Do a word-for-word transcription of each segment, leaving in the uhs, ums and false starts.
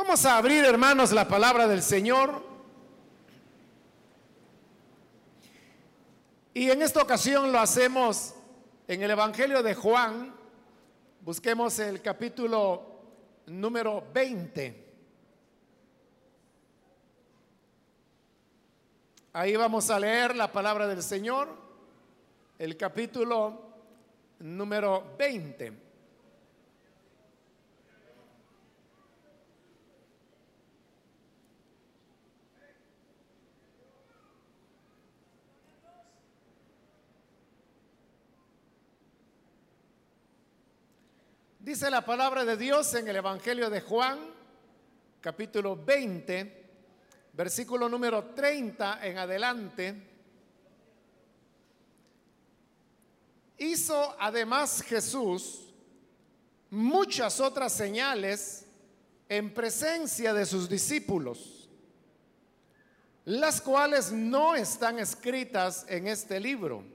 Vamos a abrir, hermanos, la palabra del Señor. Y en esta ocasión lo hacemos en el Evangelio de Juan. Busquemos el capítulo número veinte. Ahí vamos a leer la palabra del Señor, el capítulo número veinte. Dice la palabra de Dios en el Evangelio de Juan, capítulo veinte, versículo número treinta en adelante. Hizo además Jesús muchas otras señales en presencia de sus discípulos, las cuales no están escritas en este libro,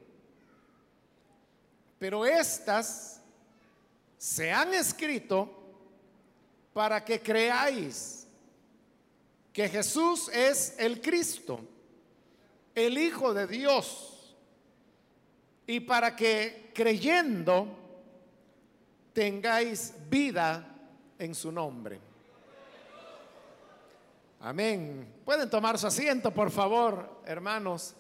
pero estas se han escrito para que creáis que Jesús es el Cristo, el Hijo de Dios, y para que creyendo tengáis vida en su nombre. Amén. Pueden tomar su asiento, por favor, hermanos.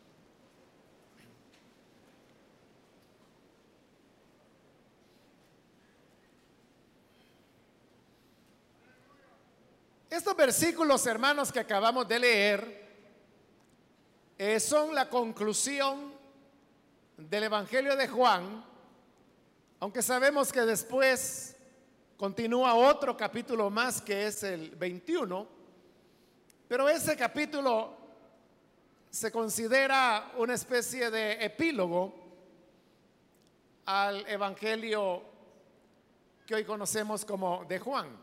Estos versículos, hermanos, que acabamos de leer eh, son la conclusión del Evangelio de Juan, aunque sabemos que después continúa otro capítulo más, que es el veintiuno, pero ese capítulo se considera una especie de epílogo al Evangelio que hoy conocemos como de Juan.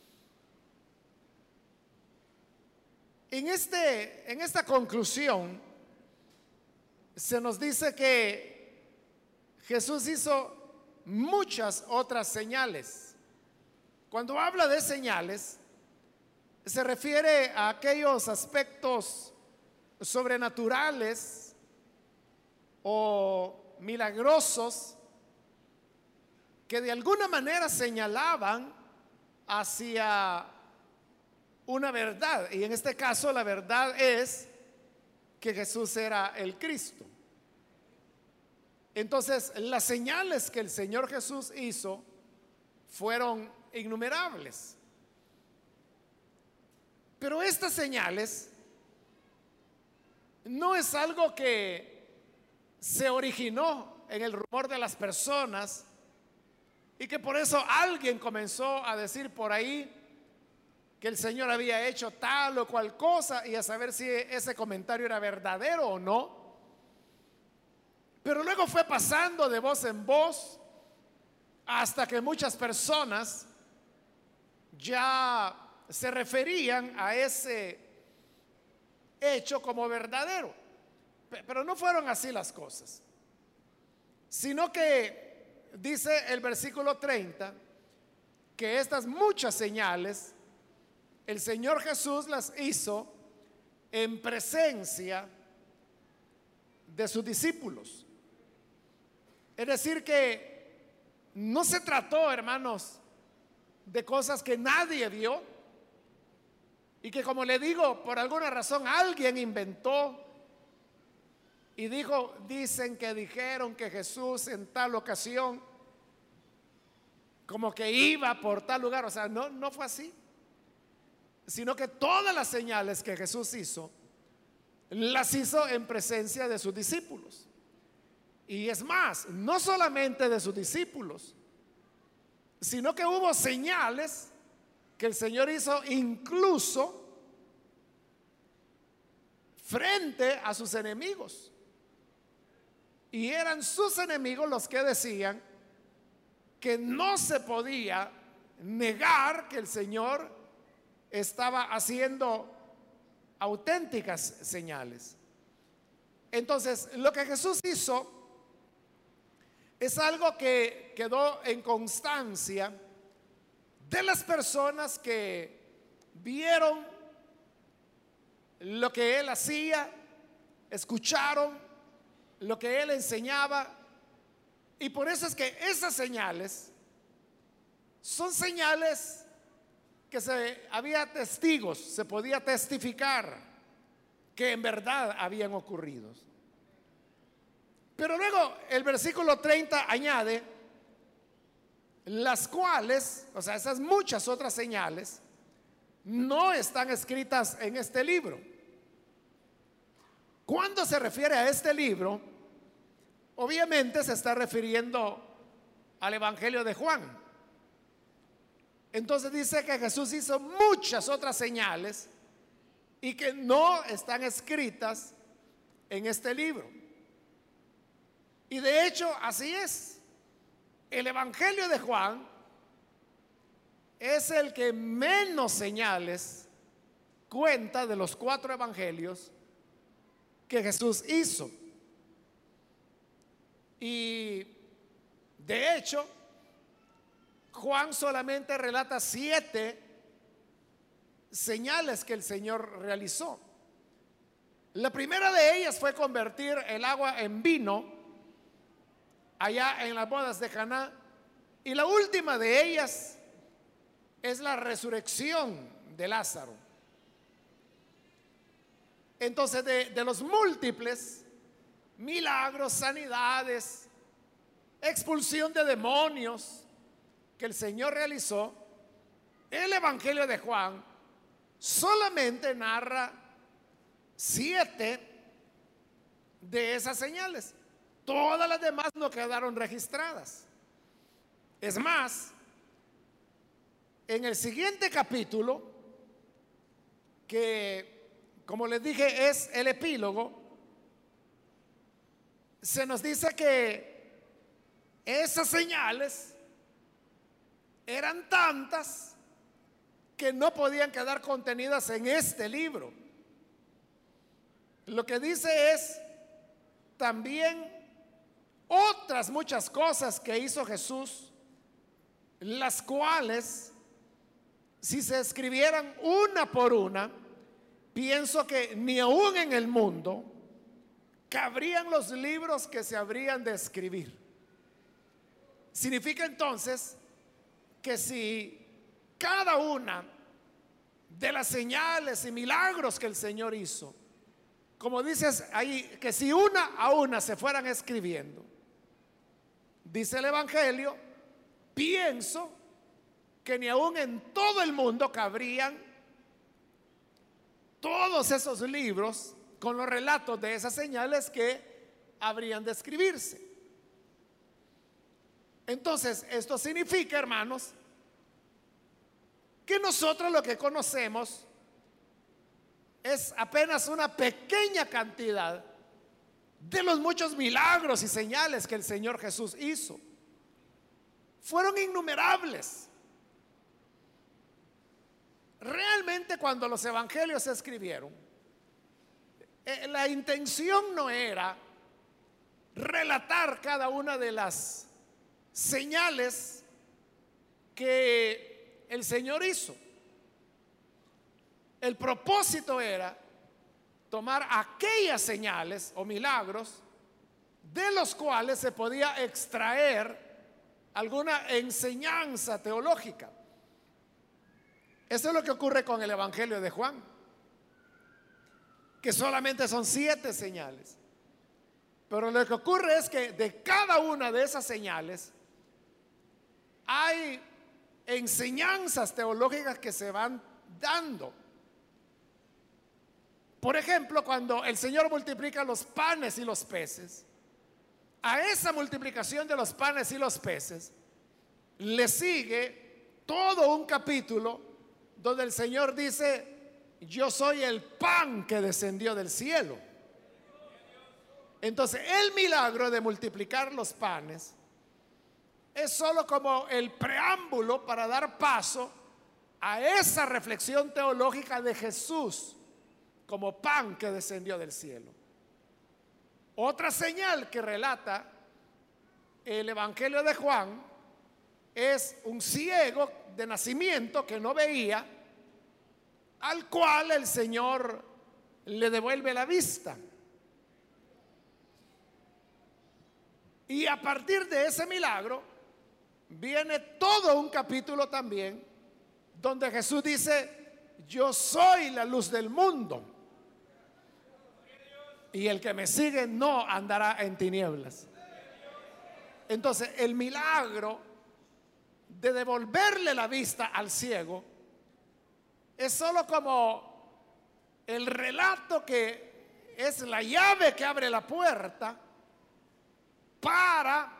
En, este, en esta conclusión se nos dice que Jesús hizo muchas otras señales. Cuando habla de señales, se refiere a aquellos aspectos sobrenaturales o milagrosos que de alguna manera señalaban hacia una verdad, y en este caso la verdad es que Jesús era el Cristo. Entonces, las señales que el Señor Jesús hizo fueron innumerables. Pero estas señales no es algo que se originó en el rumor de las personas y que por eso alguien comenzó a decir por ahí que el Señor había hecho tal o cual cosa y a saber si ese comentario era verdadero o no. Pero luego fue pasando de voz en voz hasta que muchas personas ya se referían a ese hecho como verdadero. Pero no fueron así las cosas, sino que dice el versículo treinta que estas muchas señales el Señor Jesús las hizo en presencia de sus discípulos. Es decir, que no se trató, hermanos, de cosas que nadie vio y que, como le digo, por alguna razón alguien inventó y dijo, dicen que dijeron que Jesús en tal ocasión como que iba por tal lugar. O sea, no, no fue así, sino que todas las señales que Jesús hizo, las hizo en presencia de sus discípulos. Y es más, no solamente de sus discípulos, sino que hubo señales que el Señor hizo incluso frente a sus enemigos. Y eran sus enemigos los que decían que no se podía negar que el Señor estaba haciendo auténticas señales. Entonces, lo que Jesús hizo es algo que quedó en constancia de las personas que vieron lo que él hacía, escucharon lo que él enseñaba, y por eso es que esas señales son señales que se, había testigos, se podía testificar que en verdad habían ocurrido. Pero luego el versículo treinta añade, las cuales, o sea, esas muchas otras señales, no están escritas en este libro. Cuando se refiere a este libro, obviamente se está refiriendo al Evangelio de Juan. Entonces dice que Jesús hizo muchas otras señales y que no están escritas en este libro. Y de hecho así es. El Evangelio de Juan es el que menos señales cuenta de los cuatro evangelios que Jesús hizo. Y de hecho, Juan solamente relata siete señales que el Señor realizó. La primera de ellas fue convertir el agua en vino allá en las bodas de Caná, y la última de ellas es la resurrección de Lázaro. Entonces, de, de los múltiples milagros, sanidades, expulsión de demonios que el Señor realizó, el Evangelio de Juan solamente narra siete de esas señales. Todas las demás no quedaron registradas. Es más, en el siguiente capítulo, que como les dije es el epílogo, se nos dice que esas señales eran tantas que no podían quedar contenidas en este libro. Lo que dice es también otras muchas cosas que hizo Jesús, las cuales, si se escribieran una por una, pienso que ni aún en el mundo cabrían los libros que se habrían de escribir. Significa entonces que si cada una de las señales y milagros que el Señor hizo, como dices ahí, que si una a una se fueran escribiendo, dice el Evangelio, pienso que ni aún en todo el mundo cabrían todos esos libros con los relatos de esas señales que habrían de escribirse. Entonces, esto significa, hermanos, que nosotros lo que conocemos es apenas una pequeña cantidad de los muchos milagros y señales que el Señor Jesús hizo. Fueron innumerables. Realmente, cuando los evangelios se escribieron, eh, la intención no era relatar cada una de las señales que el Señor hizo. El propósito era tomar aquellas señales o milagros de los cuales se podía extraer alguna enseñanza teológica. Eso es lo que ocurre con el Evangelio de Juan, que solamente son siete señales. Pero lo que ocurre es que de cada una de esas señales hay enseñanzas teológicas que se van dando. Por ejemplo, cuando el Señor multiplica los panes y los peces, a esa multiplicación de los panes y los peces le sigue todo un capítulo donde el Señor dice: yo soy el pan que descendió del cielo. Entonces, el milagro de multiplicar los panes es solo como el preámbulo para dar paso a esa reflexión teológica de Jesús como pan que descendió del cielo. Otra señal que relata el Evangelio de Juan es un ciego de nacimiento que no veía, al cual el Señor le devuelve la vista. Y a partir de ese milagro viene todo un capítulo también donde Jesús dice: yo soy la luz del mundo, y el que me sigue no andará en tinieblas. Entonces, el milagro de devolverle la vista al ciego es solo como el relato que es la llave que abre la puerta para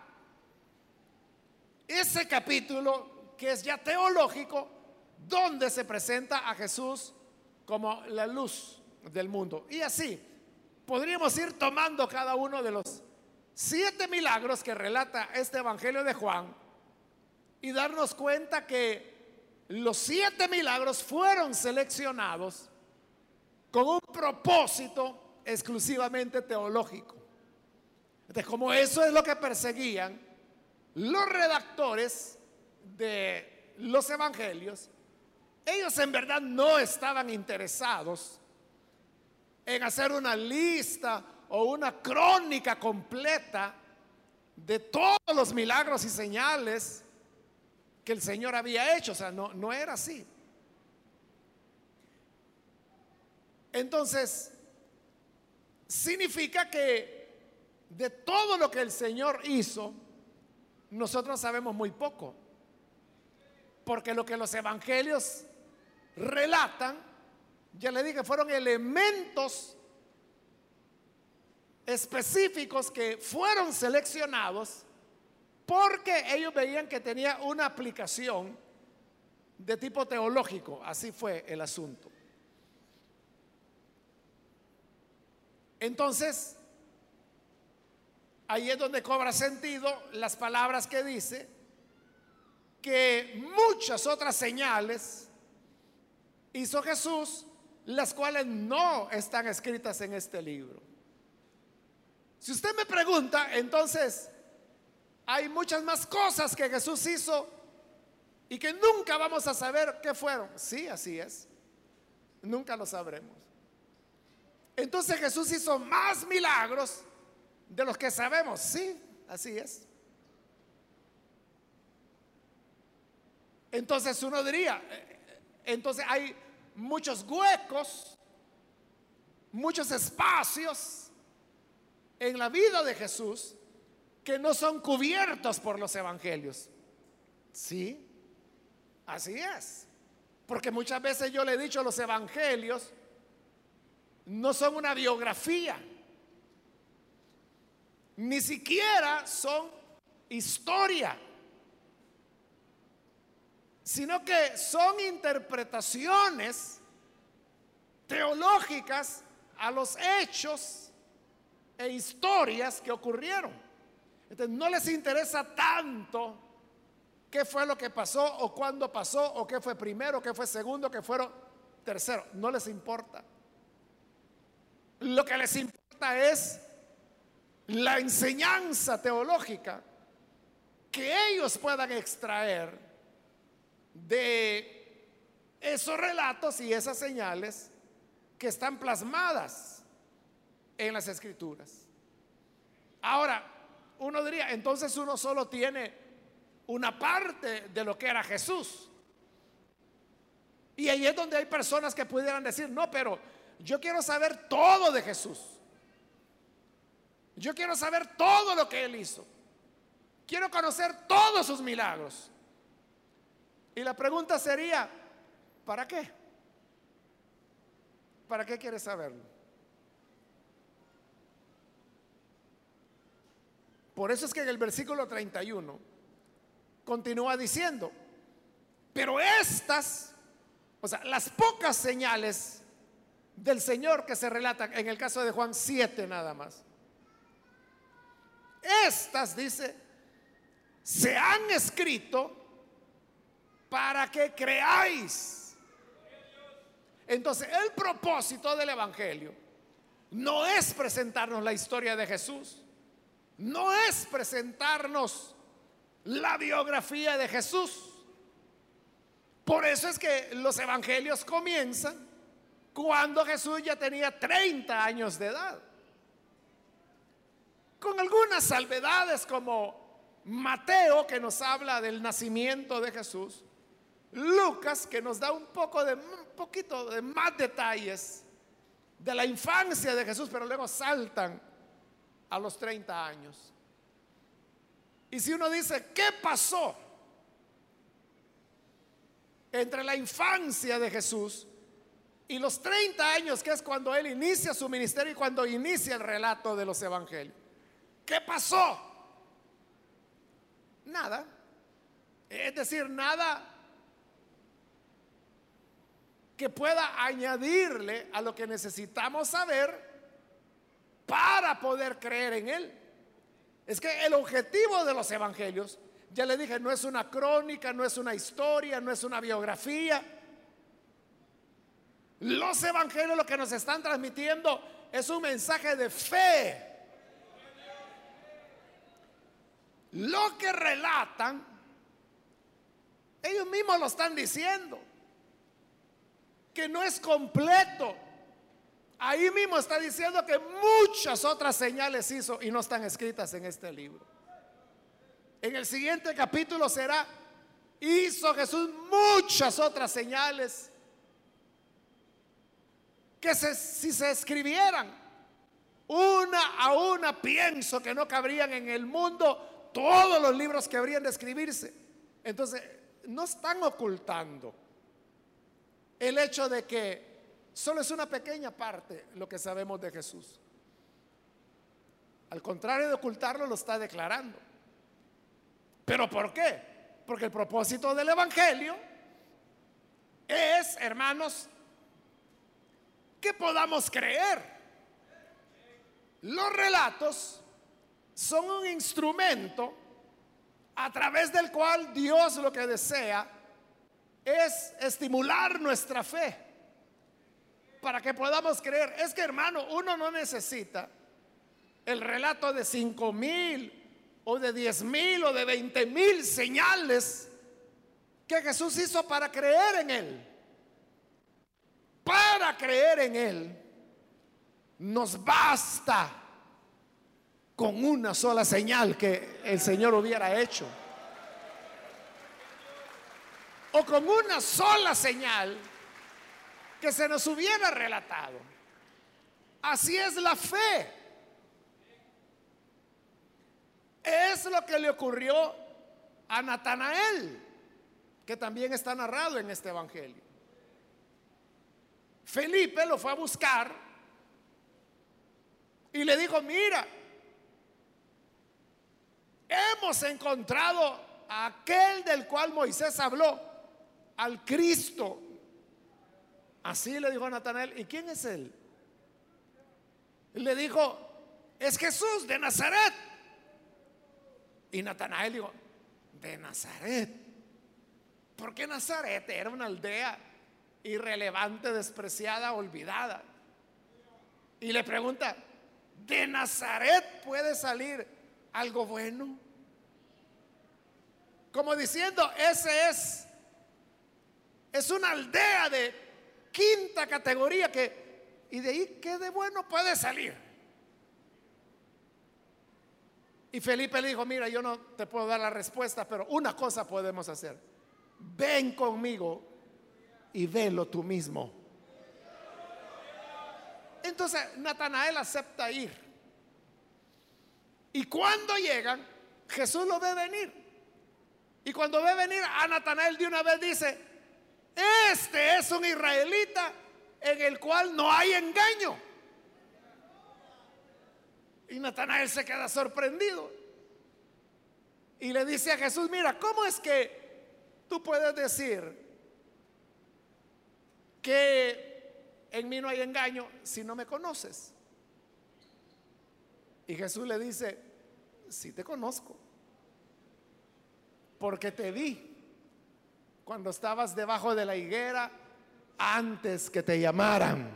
ese capítulo que es ya teológico, donde se presenta a Jesús como la luz del mundo. Y así podríamos ir tomando cada uno de los siete milagros que relata este Evangelio de Juan y darnos cuenta que los siete milagros fueron seleccionados con un propósito exclusivamente teológico. Entonces, como eso es lo que perseguían los redactores de los evangelios, ellos en verdad no estaban interesados en hacer una lista o una crónica completa de todos los milagros y señales que el Señor había hecho. O sea, no, no era así. Entonces, significa que de todo lo que el Señor hizo, nosotros sabemos muy poco, porque lo que los evangelios relatan, ya le dije, fueron elementos específicos que fueron seleccionados porque ellos veían que tenía una aplicación de tipo teológico. Así fue el asunto. Entonces, ahí es donde cobra sentido las palabras que dice que muchas otras señales hizo Jesús, las cuales no están escritas en este libro. Si usted me pregunta, entonces hay muchas más cosas que Jesús hizo y que nunca vamos a saber qué fueron. Sí, así es. Nunca lo sabremos. Entonces Jesús hizo más milagros de los que sabemos. Sí, así es. Entonces uno diría, entonces hay muchos huecos, muchos espacios en la vida de Jesús que no son cubiertos por los evangelios. Sí, así es. Porque muchas veces yo le he dicho, los evangelios no son una biografía, ni siquiera son historia, sino que son interpretaciones teológicas a los hechos e historias que ocurrieron. Entonces no les interesa tanto qué fue lo que pasó o cuándo pasó o qué fue primero, qué fue segundo, qué fueron tercero. No les importa. Lo que les importa es la enseñanza teológica que ellos puedan extraer de esos relatos y esas señales que están plasmadas en las Escrituras. Ahora, uno diría, entonces uno solo tiene una parte de lo que era Jesús. Y ahí es donde hay personas que pudieran decir, no, pero yo quiero saber todo de Jesús. Yo quiero saber todo lo que Él hizo. Quiero conocer todos sus milagros. Y la pregunta sería, ¿para qué? ¿Para qué quieres saberlo? Por eso es que en el versículo treinta y uno continúa diciendo, pero estas, o sea, las pocas señales del Señor que se relatan en el caso de Juan siete nada más, estas, dice, se han escrito para que creáis. Entonces, el propósito del Evangelio no es presentarnos la historia de Jesús, no es presentarnos la biografía de Jesús. Por eso es que los evangelios comienzan cuando Jesús ya tenía treinta años de edad, con algunas salvedades como Mateo, que nos habla del nacimiento de Jesús, Lucas, que nos da un poco de un poquito de más detalles de la infancia de Jesús, pero luego saltan a los treinta años. Y si uno dice, ¿qué pasó entre la infancia de Jesús y los treinta años, que es cuando él inicia su ministerio y cuando inicia el relato de los evangelios? ¿Qué pasó? Nada. Es decir, nada que pueda añadirle a lo que necesitamos saber para poder creer en él. Es que el objetivo de los evangelios, ya le dije, no es una crónica, no es una historia, no es una biografía. Los evangelios lo que nos están transmitiendo es un mensaje de fe. Lo que relatan, ellos mismos lo están diciendo, que no es completo. Ahí mismo está diciendo que muchas otras señales hizo y no están escritas en este libro. En el siguiente capítulo será, hizo Jesús muchas otras señales que se, si se escribieran una a una, pienso que no cabrían en el mundo todos los libros que habrían de escribirse. Entonces, no están ocultando el hecho de que solo es una pequeña parte lo que sabemos de Jesús. Al contrario de ocultarlo, lo está declarando. ¿Pero por qué? Porque el propósito del evangelio es, hermanos, que podamos creer. Los relatos son un instrumento a través del cual Dios lo que desea es estimular nuestra fe para que podamos creer. Es que, hermano, uno no necesita el relato de cinco mil o de diez mil o de veinte mil señales que Jesús hizo para creer en él. Para creer en él nos basta con una sola señal que el Señor hubiera hecho, o con una sola señal que se nos hubiera relatado. Así es la fe. Es lo que le ocurrió a Natanael, que también está narrado en este evangelio. Felipe lo fue a buscar y le dijo, mira, hemos encontrado a aquel del cual Moisés habló, al Cristo. Así le dijo a Natanael. ¿Y quién es él? Le dijo, es Jesús de Nazaret. Y Natanael dijo, de Nazaret. Porque Nazaret era una aldea irrelevante, despreciada, olvidada. Y le pregunta, ¿de Nazaret puede salir algo bueno? Como diciendo, ese es es una aldea de quinta categoría, que y de ahí qué de bueno puede salir. Y Felipe le dijo, mira, yo no te puedo dar la respuesta, pero una cosa podemos hacer: ven conmigo y velo tú mismo. Entonces Natanael acepta ir. Y cuando llegan, Jesús lo ve venir. Y cuando ve venir a Natanael, de una vez dice, este es un israelita en el cual no hay engaño. Y Natanael se queda sorprendido y le dice a Jesús, mira, ¿cómo es que tú puedes decir que en mí no hay engaño si no me conoces? Y Jesús le dice, sí te conozco, porque te vi cuando estabas debajo de la higuera antes que te llamaran.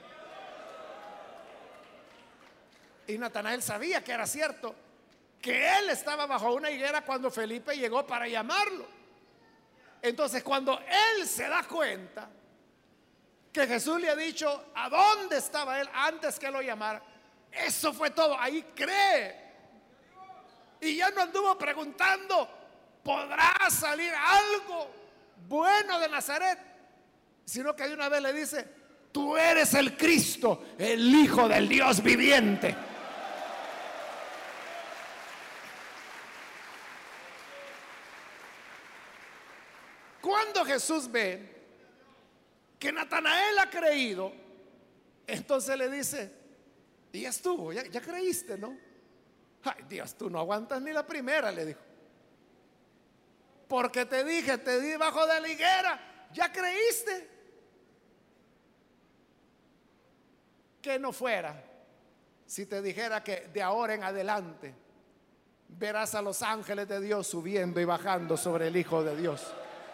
Y Natanael sabía que era cierto, que él estaba bajo una higuera cuando Felipe llegó para llamarlo. Entonces, cuando él se da cuenta que Jesús le ha dicho a dónde estaba él antes que lo llamara. Eso fue todo, ahí cree. Y ya no anduvo preguntando, ¿podrá salir algo bueno de Nazaret? Sino que de una vez le dice, tú eres el Cristo, el Hijo del Dios viviente. Cuando Jesús ve que Natanael ha creído, entonces le dice, y ya estuvo, ya, ya creíste, ¿no? Ay, Dios, tú no aguantas ni la primera, le dijo. Porque te dije, te di bajo de la higuera, ya creíste. Que no fuera si te dijera que de ahora en adelante verás a los ángeles de Dios subiendo y bajando sobre el Hijo de Dios.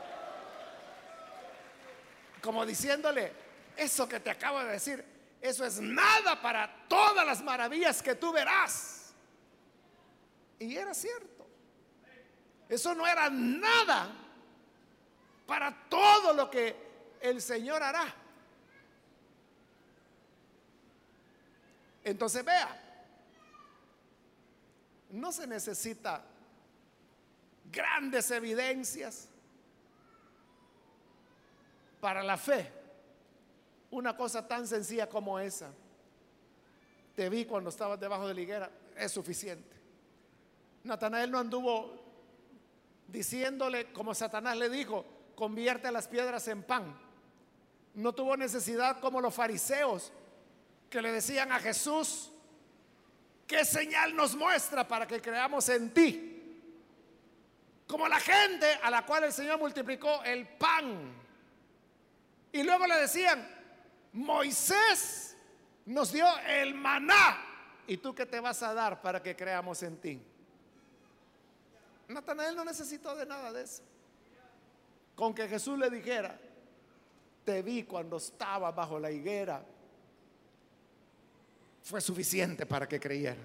Como diciéndole, eso que te acabo de decir, eso es nada para todas las maravillas que tú verás. Y era cierto. Eso no era nada para todo lo que el Señor hará. Entonces vea, no se necesita grandes evidencias para la fe. Una cosa tan sencilla como esa, te vi cuando estabas debajo de la higuera, es suficiente. Natanael no anduvo diciéndole como Satanás le dijo, convierte las piedras en pan. No tuvo necesidad como los fariseos que le decían a Jesús, ¿qué señal nos muestra para que creamos en ti? Como la gente a la cual el Señor multiplicó el pan. Y luego le decían, Moisés nos dio el maná, ¿y tú qué te vas a dar para que creamos en ti? Natanael no necesitó de nada de eso. Con que Jesús le dijera, te vi cuando estaba bajo la higuera, fue suficiente para que creyera.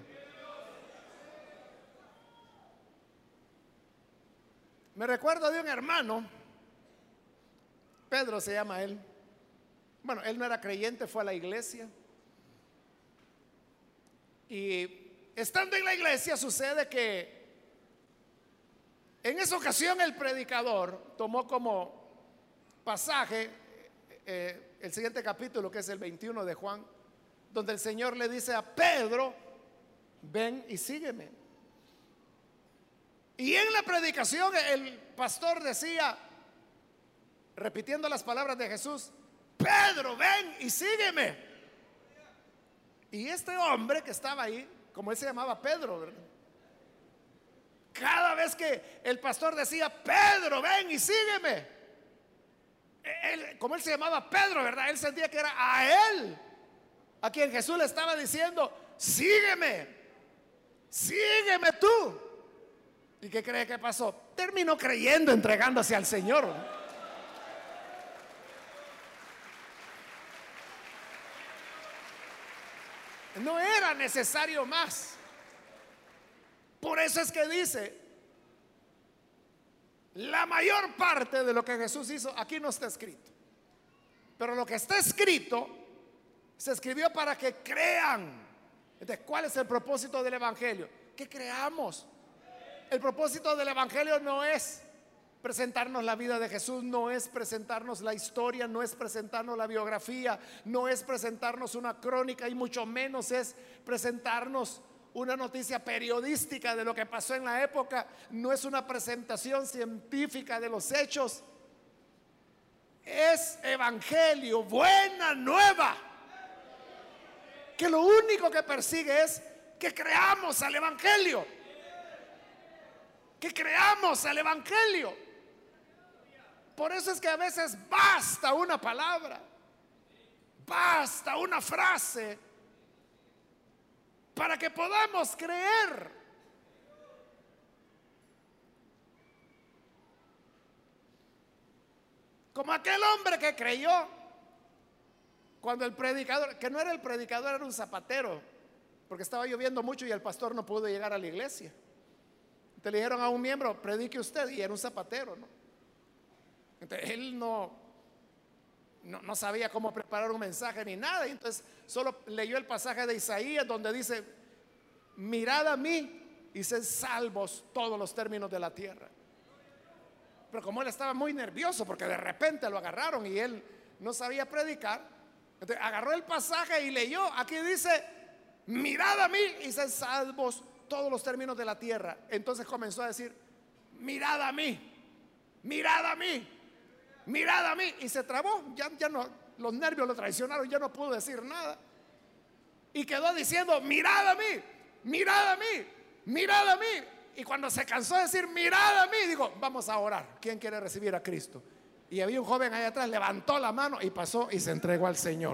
Me recuerdo de un hermano, Pedro se llama él. Bueno, él no era creyente, fue a la iglesia. Y estando en la iglesia sucede que en esa ocasión el predicador tomó como pasaje eh, el siguiente capítulo, que es el veintiuno de Juan, donde el Señor le dice a Pedro, ven y sígueme. Y en la predicación el pastor decía, repitiendo las palabras de Jesús, Pedro, ven y sígueme. Y este hombre que estaba ahí, como él se llamaba Pedro, ¿verdad? Cada vez que el pastor decía, Pedro, ven y sígueme, él, como él se llamaba Pedro, ¿verdad? Él sentía que era a él a quien Jesús le estaba diciendo, sígueme, sígueme tú. ¿Y qué cree que pasó? Terminó creyendo, entregándose al Señor. No era necesario más. Por eso es que dice, la mayor parte de lo que Jesús hizo aquí no está escrito, pero lo que está escrito se escribió para que crean. Entonces, ¿cuál es el propósito del evangelio? Que creamos. El propósito del evangelio no es presentarnos la vida de Jesús, no es presentarnos la historia, no es presentarnos la biografía, no es presentarnos una crónica, y mucho menos es presentarnos una noticia periodística de lo que pasó en la época. No es una presentación científica de los hechos. Es evangelio, buena nueva, que lo único que persigue es que creamos al evangelio, que creamos al evangelio. Por eso es que a veces basta una palabra, basta una frase para que podamos creer. Como aquel hombre que creyó cuando el predicador, que no era el predicador, era un zapatero, porque estaba lloviendo mucho y el pastor no pudo llegar a la iglesia. Entonces le dijeron a un miembro, predique usted, y era un zapatero, ¿no? Entonces él no, no, no sabía cómo preparar un mensaje ni nada. Y entonces solo leyó el pasaje de Isaías donde dice: mirad a mí y sed salvos todos los términos de la tierra. Pero como él estaba muy nervioso porque de repente lo agarraron y él no sabía predicar, entonces agarró el pasaje y leyó. Aquí dice: mirad a mí y sed salvos todos los términos de la tierra. Entonces comenzó a decir: mirad a mí, mirad a mí, mirad a mí. Y se trabó, ya, ya no, los nervios lo traicionaron, ya no pudo decir nada. Y quedó diciendo: mirad a mí, mirad a mí, mirad a mí. Y cuando se cansó de decir mirad a mí, digo: vamos a orar. ¿Quién quiere recibir a Cristo? Y había un joven allá atrás, levantó la mano y pasó y se entregó al Señor.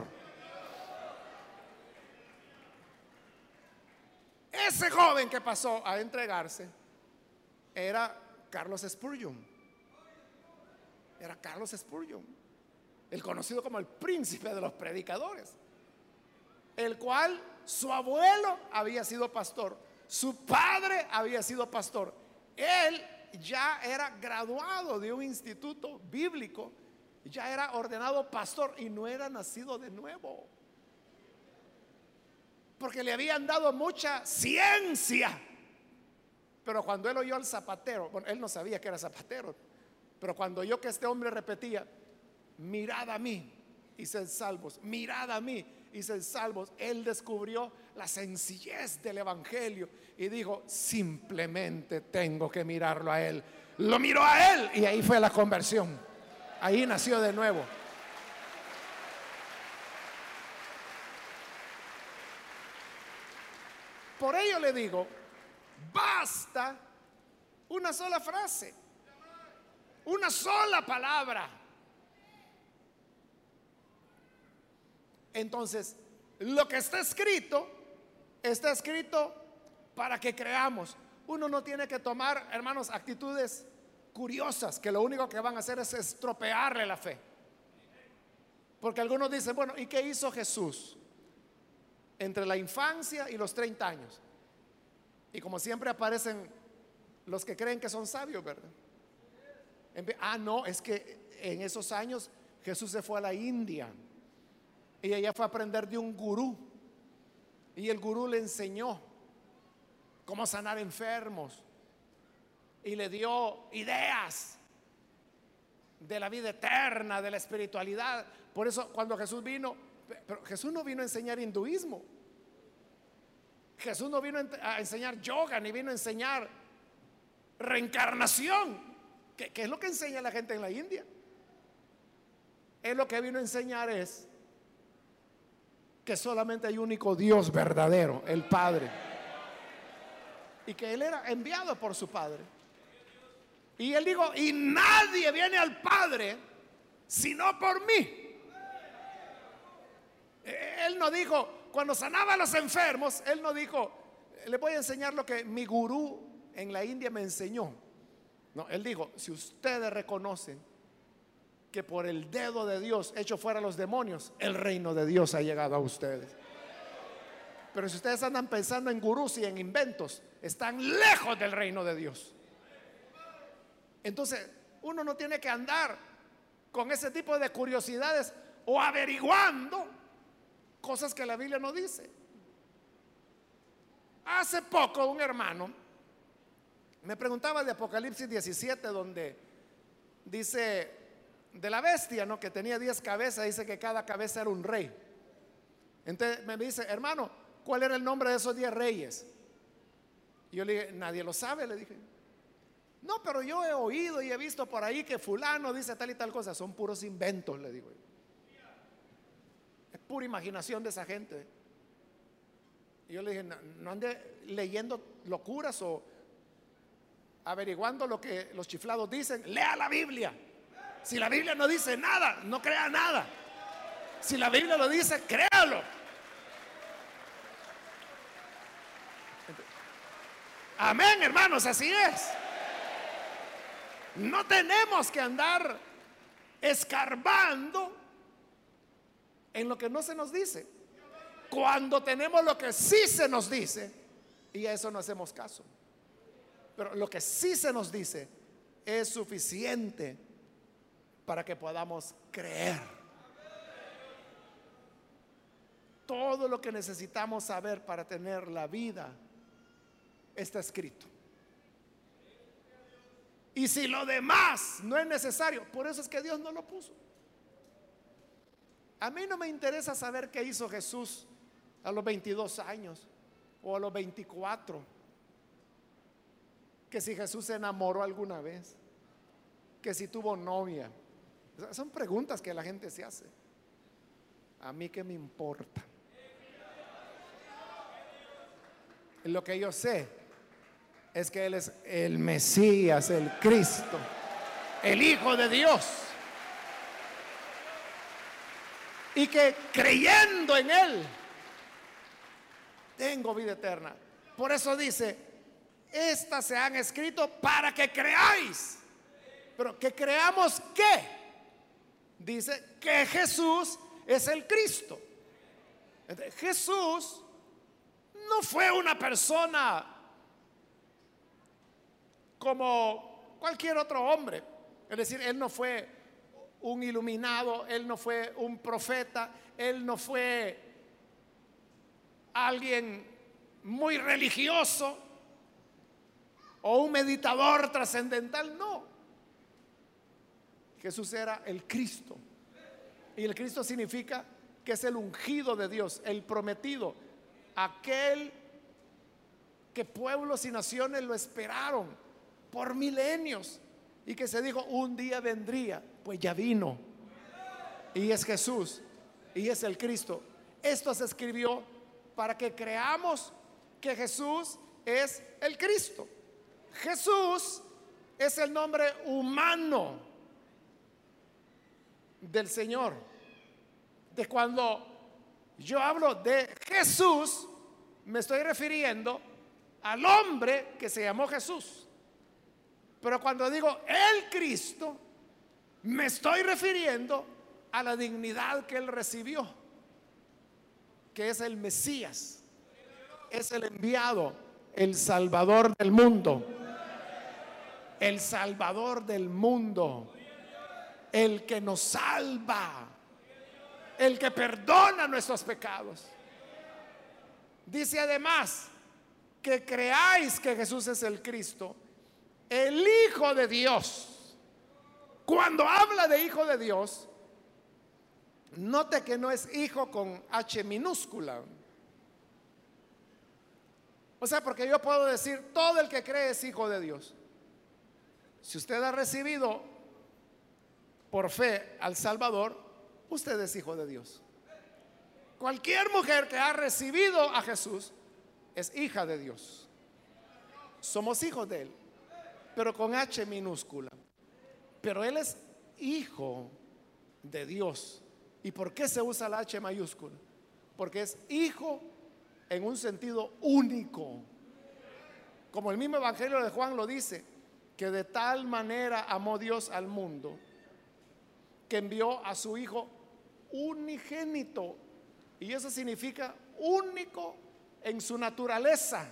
Ese joven que pasó a entregarse era Carlos Spurgeon. Era Carlos Spurgeon, el conocido como el príncipe de los predicadores, el cual su abuelo había sido pastor, su padre había sido pastor. Él ya era graduado de un instituto bíblico, ya era ordenado pastor y no era nacido de nuevo, porque le habían dado mucha ciencia. Pero cuando él oyó al zapatero, bueno, él no sabía que era zapatero, pero cuando oyó que este hombre repetía: mirad a mí y sed salvos, mirad a mí y sed salvos, él descubrió la sencillez del evangelio y dijo: simplemente tengo que mirarlo a él. Lo miró a él y ahí fue la conversión. Ahí nació de nuevo. Por ello le digo: basta una sola frase, una sola palabra. Entonces, lo que está escrito, está escrito para que creamos. Uno no tiene que tomar, hermanos, actitudes curiosas que lo único que van a hacer es estropearle la fe. Porque algunos dicen: bueno, ¿y qué hizo Jesús entre la infancia y los treinta años? Y como siempre aparecen los que creen que son sabios, ¿verdad? Ah, no, es que en esos años Jesús se fue a la India y ella fue a aprender de un gurú, y el gurú le enseñó cómo sanar enfermos y le dio ideas de la vida eterna, de la espiritualidad. Por eso cuando Jesús vino, pero Jesús no vino a enseñar hinduismo, Jesús no vino a enseñar yoga, ni vino a enseñar reencarnación, que, que es lo que enseña la gente en la India. Él lo que vino a enseñar es que solamente hay un único Dios verdadero, el Padre, y que Él era enviado por su Padre. Y Él dijo: y nadie viene al Padre sino por mí. Él no dijo, cuando sanaba a los enfermos, Él no dijo: le voy a enseñar lo que mi gurú en la India me enseñó. No, Él dijo: si ustedes reconocen que por el dedo de Dios hecho fuera los demonios, el reino de Dios ha llegado a ustedes. Pero si ustedes andan pensando en gurús y en inventos, están lejos del reino de Dios. Entonces uno no tiene que andar con ese tipo de curiosidades o averiguando cosas que la Biblia no dice. Hace poco un hermano me preguntaba de Apocalipsis diecisiete, donde dice de la bestia, ¿no?, que tenía diez cabezas, dice que cada cabeza era un rey. Entonces me dice: hermano, ¿cuál era el nombre de esos diez reyes? Y yo le dije: nadie lo sabe, le dije. No, pero yo he oído y he visto por ahí que fulano dice tal y tal cosa. Son puros inventos, le digo. Es pura imaginación de esa gente. Y yo le dije: no, no ande leyendo locuras o averiguando lo que los chiflados dicen. Lea la Biblia. Si la Biblia no dice nada, no crea nada. Si la Biblia lo dice, créalo. Amén, hermanos, así es. No tenemos que andar escarbando en lo que no se nos dice, cuando tenemos lo que sí se nos dice, y a eso no hacemos caso. Pero lo que sí se nos dice es suficiente para que podamos creer. todo lo que necesitamos saber para tener la vida está escrito. Y si lo demás no es necesario, por eso es que Dios no lo puso. A mí no me interesa saber qué hizo Jesús a los veintidós años o a los veinticuatro, que si Jesús se enamoró alguna vez, que si tuvo novia. Son preguntas que la gente se hace. A mí qué me importa. Lo que yo sé es que Él es el Mesías, el Cristo, el Hijo de Dios, y que creyendo en Él tengo vida eterna. Por eso dice: estas se han escrito para que creáis. Pero que creamos ¿qué? Dice que Jesús es el Cristo. Entonces, Jesús no fue una persona como cualquier otro hombre. Es decir, Él no fue un iluminado, Él no fue un profeta, Él no fue alguien muy religioso o un meditador trascendental. No, Jesús era el Cristo. Y el Cristo significa que es el ungido de Dios, el prometido, aquel que pueblos y naciones lo esperaron por milenios y que se dijo un día vendría. Pues ya vino, y es Jesús, y es el Cristo. Esto se escribió para que creamos que Jesús es el Cristo. Jesús es el nombre humano del Señor. De cuando yo hablo de Jesús, me estoy refiriendo al hombre que se llamó Jesús. Pero cuando digo el Cristo, me estoy refiriendo a la dignidad que Él recibió, que es el Mesías, es el enviado, el Salvador del mundo, el Salvador del mundo, el que nos salva, el que perdona nuestros pecados. Dice además que creáis que Jesús es el Cristo, el Hijo de Dios. Cuando habla de Hijo de Dios, note que no es hijo con H minúscula. O sea, porque yo puedo decir todo el que cree es hijo de Dios. Si usted ha recibido por fe al Salvador, usted es hijo de Dios. Cualquier mujer que ha recibido a Jesús es hija de Dios. Somos hijos de Él, pero con H minúscula. Pero Él es hijo de Dios. ¿Y por qué se usa la H mayúscula? Porque es hijo en un sentido único. Como el mismo Evangelio de Juan lo dice, que de tal manera amó Dios al mundo que envió a su Hijo unigénito. Y eso significa único en su naturaleza.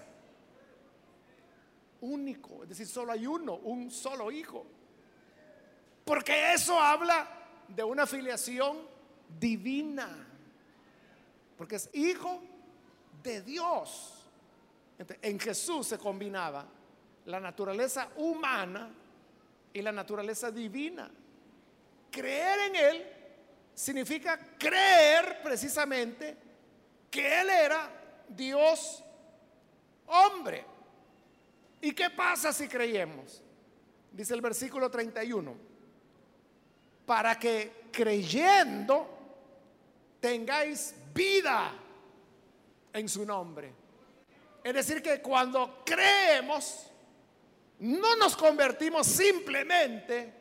Único, es decir, solo hay uno, un solo Hijo. Porque eso habla de una filiación divina, porque es hijo de Dios. Entonces, en Jesús se combinaba la naturaleza humana y la naturaleza divina. Creer en Él significa creer precisamente que Él era Dios hombre. ¿Y qué pasa si creemos? Dice el versículo treinta y uno: para que creyendo tengáis vida en su nombre. Es decir, que cuando creemos, no nos convertimos simplemente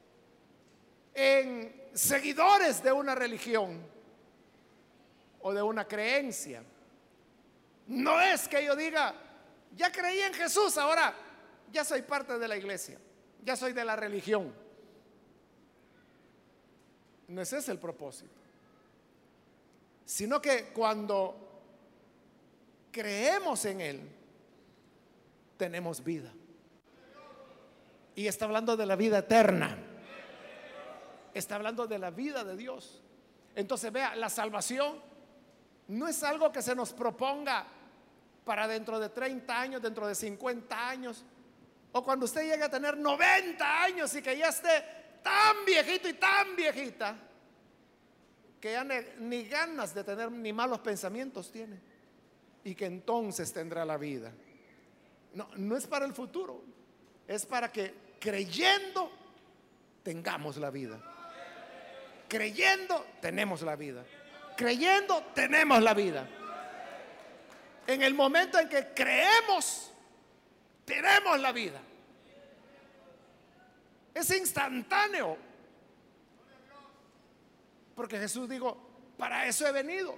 en seguidores de una religión o de una creencia. No es que yo diga, ya creí en Jesús, ahora ya soy parte de la iglesia, ya soy de la religión. No ese es el propósito, sino que cuando creemos en Él, tenemos vida. Y está hablando de la vida eterna, está hablando de la vida de Dios. Entonces vea, la salvación no es algo que se nos proponga para dentro de treinta años, dentro de cincuenta años, o cuando usted llegue a tener noventa años y que ya esté tan viejito y tan viejita que ya ni, ni ganas de tener ni malos pensamientos tiene, y que entonces tendrá la vida. No, no es para el futuro, es para que creyendo tengamos la vida. Creyendo tenemos la vida. Creyendo tenemos la vida. En el momento en que creemos, tenemos la vida. Es instantáneo. Porque Jesús dijo, para eso he venido.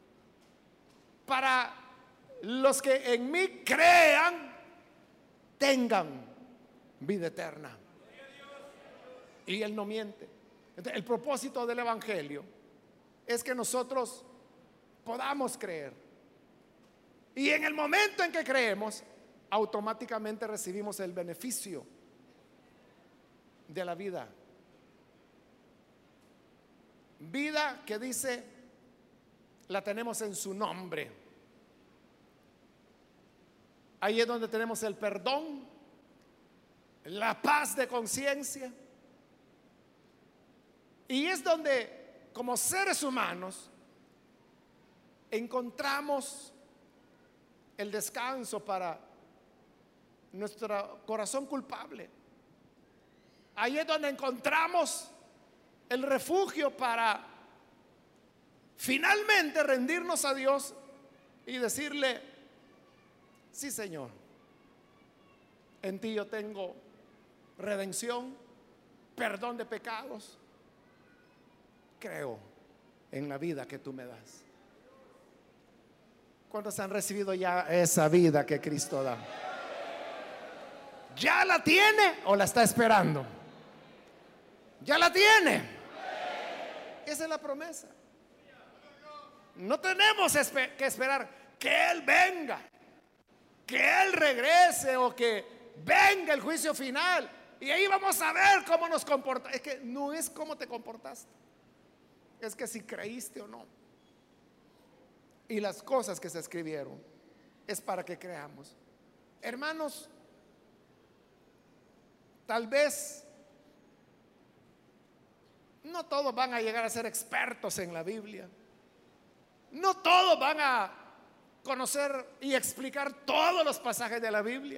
Para los que en mí crean, tengan vida eterna. Y Él no miente. Entonces, el propósito del Evangelio es que nosotros podamos creer. Y en el momento en que creemos, automáticamente recibimos el beneficio de la vida. Vida que dice, la tenemos en su nombre. Ahí es donde tenemos el perdón, la paz de conciencia. Y es donde, como seres humanos, encontramos el descanso para nuestro corazón culpable. Ahí es donde encontramos el refugio para finalmente rendirnos a Dios y decirle, sí, Señor, en ti yo tengo redención, perdón de pecados, creo en la vida que tú me das. ¿Cuántos han recibido ya esa vida que Cristo da? ¿Ya la tiene o la está esperando? ¿Ya la tiene? Esa es la promesa. No tenemos que esperar que Él venga, que Él regrese o que venga el juicio final y ahí vamos a ver cómo nos comportamos. Es que no es cómo te comportaste, es que si creíste o no. Y las cosas que se escribieron es para que creamos. Hermanos, tal vez no todos van a llegar a ser expertos en la Biblia. No todos van a conocer y explicar todos los pasajes de la Biblia.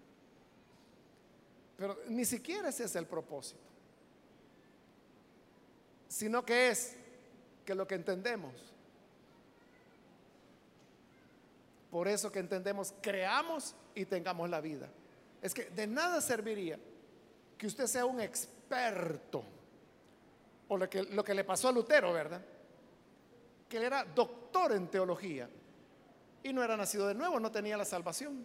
Pero ni siquiera ese es el propósito. Sino que es que lo que entendemos, por eso que entendemos, creamos y tengamos la vida. Es que de nada serviría que usted sea un experto, o lo que, lo que le pasó a Lutero, ¿verdad? Que él era doctor en teología y no era nacido de nuevo, no tenía la salvación.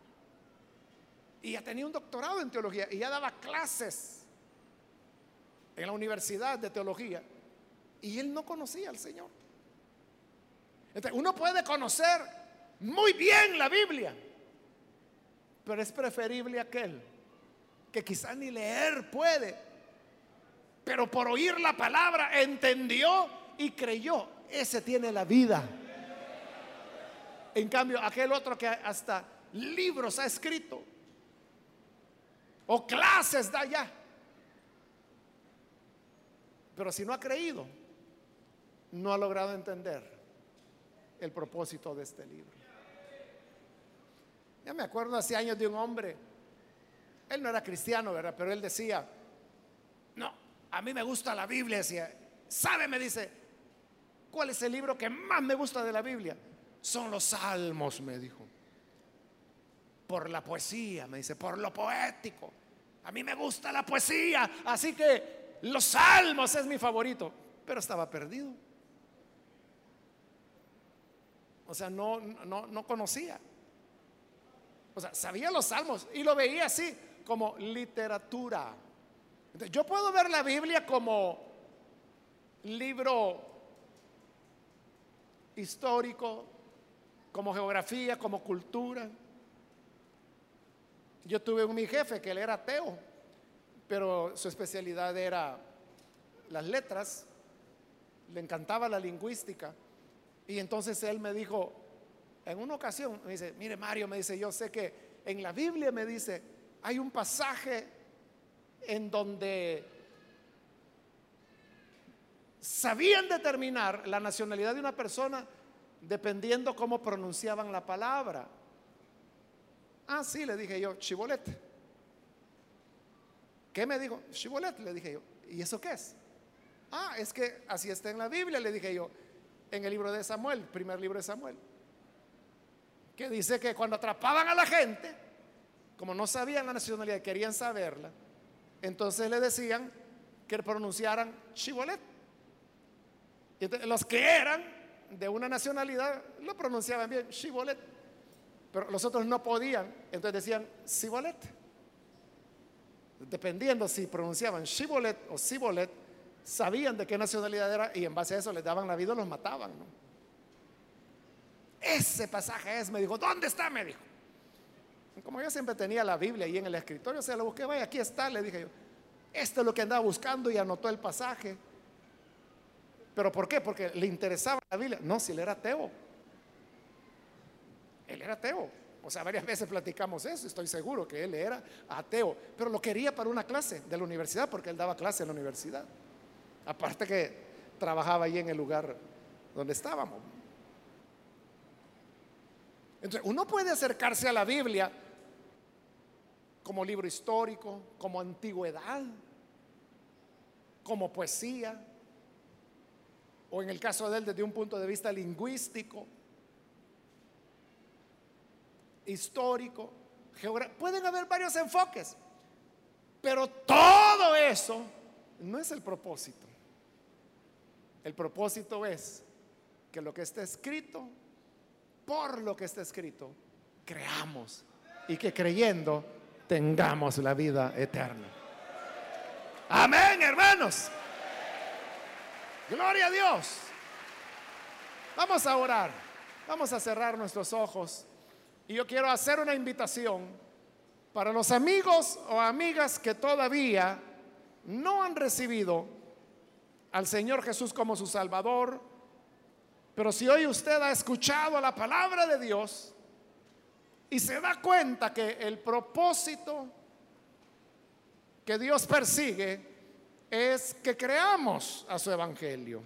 Y ya tenía un doctorado en teología y ya daba clases en la universidad de teología y él no conocía al Señor. Entonces, uno puede conocer muy bien la Biblia, pero es preferible aquel que quizá ni leer puede, pero por oír la palabra entendió y creyó. Ese tiene la vida. En cambio, aquel otro que hasta libros ha escrito o clases da ya, pero si no ha creído, no ha logrado entender el propósito de este libro. Ya me acuerdo hace años de un hombre, él no era cristiano, ¿verdad? Pero él decía, no, a mí me gusta la Biblia. Decía, ¿sabe? Me dice, ¿cuál es el libro que más me gusta de la Biblia? Son los Salmos, me dijo. Por la poesía, me dice, por lo poético. A mí me gusta la poesía, así que los Salmos es mi favorito. Pero estaba perdido. O sea, no, no, no conocía. O sea, sabía los Salmos y lo veía así, como literatura. Entonces, yo puedo ver la Biblia como libro histórico, como geografía, como cultura. Yo tuve un mi jefe que él era ateo, pero su especialidad era las letras, le encantaba la lingüística Y entonces él me dijo, en una ocasión, me dice, mire Mario, me dice, yo sé que en la Biblia, me dice, hay un pasaje en donde sabían determinar la nacionalidad de una persona dependiendo cómo pronunciaban la palabra. Ah, sí, le dije yo, Chibolete. ¿Qué me dijo? Chibolete, le dije yo. ¿Y eso qué es? Ah, es que así está en la Biblia, le dije yo, en el libro de Samuel, primer libro de Samuel, que dice que cuando atrapaban a la gente, como no sabían la nacionalidad, querían saberla, entonces le decían que pronunciaran Chibolet. Y entonces, los que eran de una nacionalidad lo pronunciaban bien, Chibolet, pero los otros no podían, entonces decían Cibolet. Dependiendo si pronunciaban Chibolet o Cibolet, sabían de qué nacionalidad era y en base a eso les daban la vida o los mataban, ¿no? Ese pasaje es, me dijo, ¿dónde está? Me dijo. Como yo siempre tenía la Biblia ahí en el escritorio, se lo busqué, vaya, aquí está, le dije yo. Esto es lo que andaba buscando y anotó el pasaje. ¿Pero por qué? Porque le interesaba la Biblia. No, si él era ateo. Él era ateo. O sea, varias veces platicamos eso, estoy seguro que él era ateo. Pero lo quería para una clase de la universidad, porque él daba clase en la universidad. Aparte que trabajaba ahí en el lugar donde estábamos. Entonces, uno puede acercarse a la Biblia como libro histórico, como antigüedad, como poesía, o en el caso de él desde un punto de vista lingüístico, histórico, geográfico. Pueden haber varios enfoques, pero todo eso no es el propósito. El propósito es que lo que está escrito, por lo que está escrito, creamos y que creyendo tengamos la vida eterna. Amén, hermanos. Gloria a Dios. Vamos a orar. Vamos a cerrar nuestros ojos. Y yo quiero hacer una invitación para los amigos o amigas que todavía no han recibido al Señor Jesús como su Salvador. Pero si hoy usted ha escuchado la palabra de Dios y se da cuenta que el propósito que Dios persigue es que creamos a su evangelio.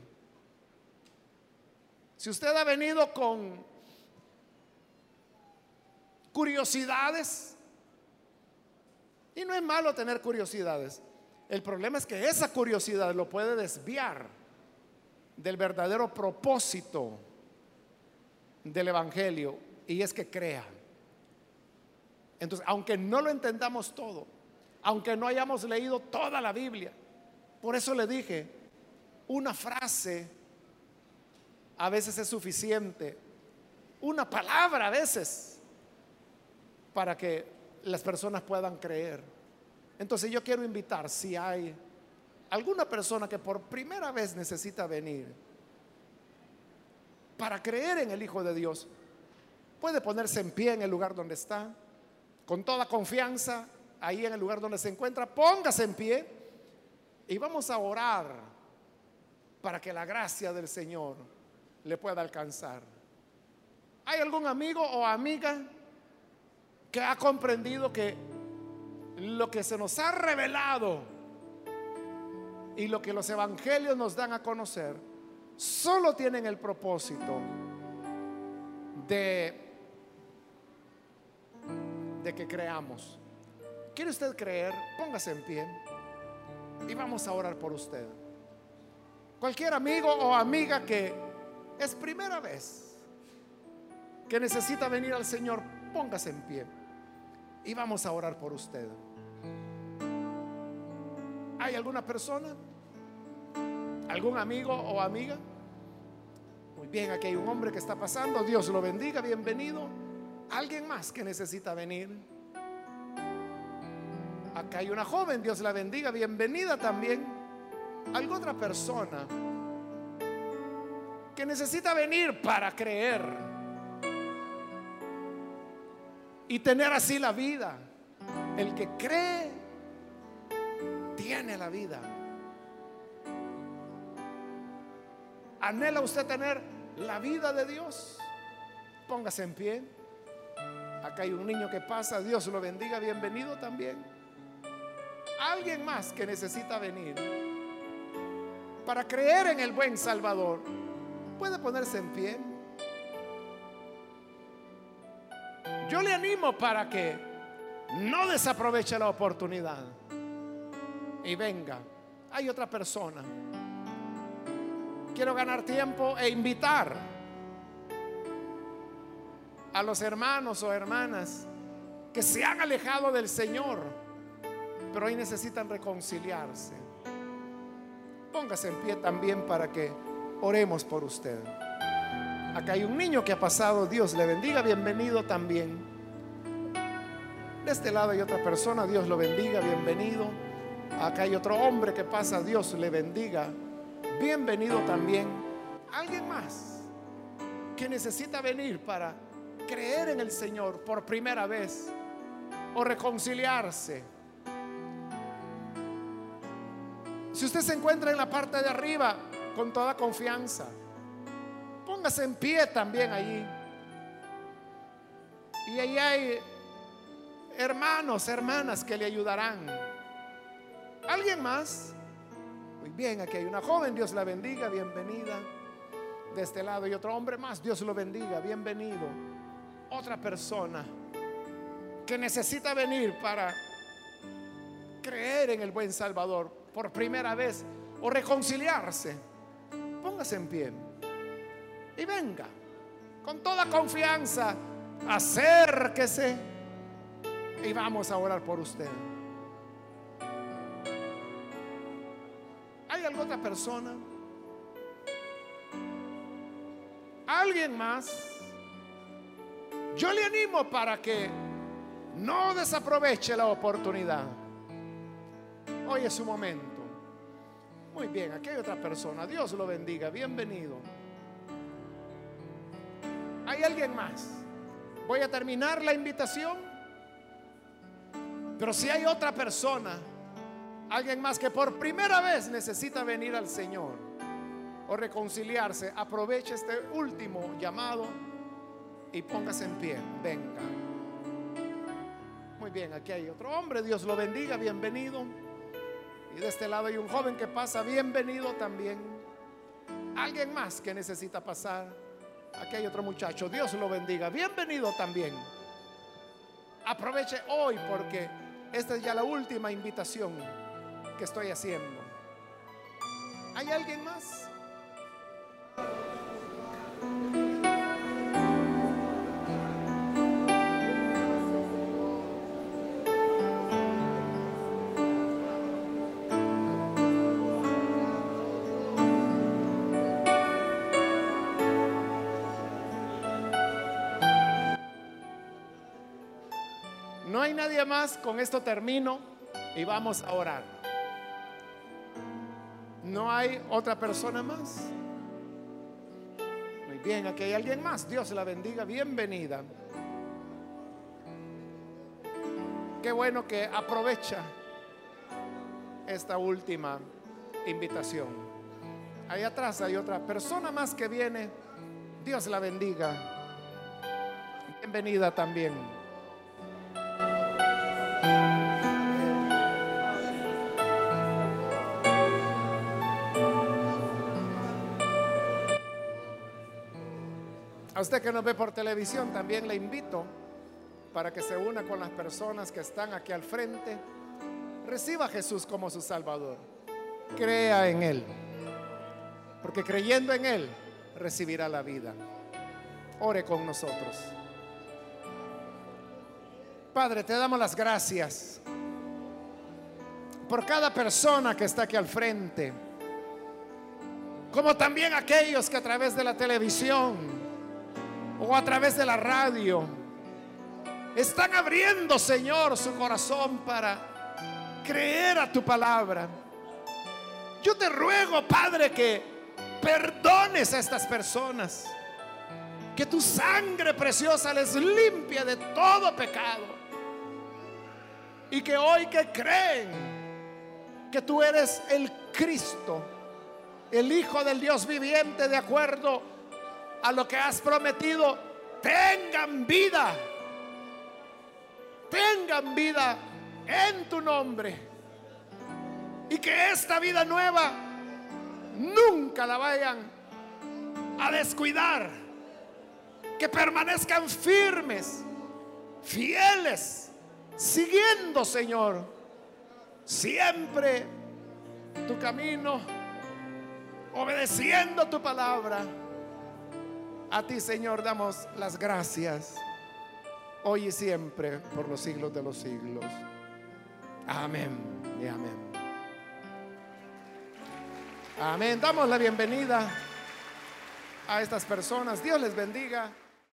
Si usted ha venido con curiosidades, y no es malo tener curiosidades, el problema es que esa curiosidad lo puede desviar del verdadero propósito del evangelio, y es que crea. Entonces, aunque no lo entendamos todo, aunque no hayamos leído toda la Biblia, por eso le dije, una frase a veces es suficiente, una palabra a veces, para que las personas puedan creer. Entonces yo quiero invitar, si hay alguna persona que por primera vez necesita venir para creer en el Hijo de Dios, puede ponerse en pie en el lugar donde está, con toda confianza, ahí en el lugar donde se encuentra, póngase en pie y vamos a orar para que la gracia del Señor le pueda alcanzar. ¿Hay algún amigo o amiga que ha comprendido que lo que se nos ha revelado y lo que los evangelios nos dan a conocer solo tienen el propósito de, de que creamos? ¿Quiere usted creer? Póngase en pie y vamos a orar por usted. Cualquier amigo o amiga que es primera vez que necesita venir al Señor, póngase en pie y vamos a orar por usted. ¿Hay alguna persona? ¿Algún amigo o amiga? Muy bien, aquí hay un hombre que está pasando. Dios lo bendiga, bienvenido. ¿Alguien más que necesita venir? Acá hay una joven, Dios la bendiga, bienvenida también. ¿Alguna otra persona que necesita venir para creer y tener así la vida? El que cree tiene la vida. ¿Anhela usted tener la vida de Dios. Póngase en pie. Acá hay un niño que pasa, Dios lo bendiga, bienvenido también. Alguien más que necesita venir para creer en el buen Salvador, puede ponerse en pie. Yo le animo para que no desaproveche la oportunidad y venga. Hay otra persona. Quiero ganar tiempo e invitar a los hermanos o hermanas que se han alejado del Señor, pero hoy necesitan reconciliarse. Póngase en pie también para que oremos por usted. Acá hay un niño que ha pasado, Dios le bendiga, bienvenido también. De este lado hay otra persona, Dios lo bendiga, bienvenido. Acá hay otro hombre que pasa, Dios le bendiga, bienvenido también. Alguien más que necesita venir para creer en el Señor por primera vez o reconciliarse. Si usted se encuentra en la parte de arriba, con toda confianza, póngase en pie también allí. Y ahí hay hermanos, hermanas que le ayudarán. ¿Alguien más? Muy bien, aquí hay una joven, Dios la bendiga, bienvenida. De este lado hay otro hombre más, Dios lo bendiga, bienvenido. Otra persona que necesita venir para creer en el buen Salvador por primera vez o reconciliarse, póngase en pie y venga con toda confianza, acérquese y vamos a orar por usted. ¿Hay alguna otra persona? ¿Alguien más? Yo le animo para que no desaproveche la oportunidad. Hoy es su momento. Muy bien, aquí hay otra persona. Dios lo bendiga, bienvenido. ¿Hay alguien más? Voy a terminar la invitación, pero si hay otra persona, alguien más que por primera vez necesita venir al Señor o reconciliarse, aproveche este último llamado y póngase en pie, venga. Muy bien, aquí hay otro hombre, Dios lo bendiga, bienvenido. Y de este lado hay un joven que pasa, bienvenido también. Alguien más que necesita pasar. Aquí hay otro muchacho, Dios lo bendiga, bienvenido también. Aproveche hoy porque esta es ya la última invitación que estoy haciendo. ¿Hay alguien más? No hay nadie más, con esto termino y vamos a orar. ¿No hay otra persona más? Muy bien, aquí hay alguien más, Dios la bendiga, bienvenida. Qué bueno que aprovecha esta última invitación. Ahí atrás hay otra persona más que viene, Dios la bendiga, bienvenida también. A usted que nos ve por televisión también le invito para que se una con las personas que están aquí al frente. Reciba a Jesús como su Salvador. Crea en Él, porque creyendo en Él recibirá la vida. Ore con nosotros. Padre, te damos las gracias por cada persona que está aquí al frente, como también aquellos que a través de la televisión o a través de la radio están abriendo, Señor, su corazón para creer a tu palabra. Yo te ruego, Padre, que perdones a estas personas, que tu sangre preciosa les limpie de todo pecado, y que hoy que creen que tú eres el Cristo, el Hijo del Dios viviente, de acuerdo a lo que has prometido, tengan vida, tengan vida en tu nombre, y que esta vida nueva nunca la vayan a descuidar, que permanezcan firmes, fieles, siguiendo, Señor, siempre tu camino, obedeciendo tu palabra. A ti, Señor, damos las gracias hoy y siempre por los siglos de los siglos. Amén y amén. Amén. Damos la bienvenida a estas personas. Dios les bendiga.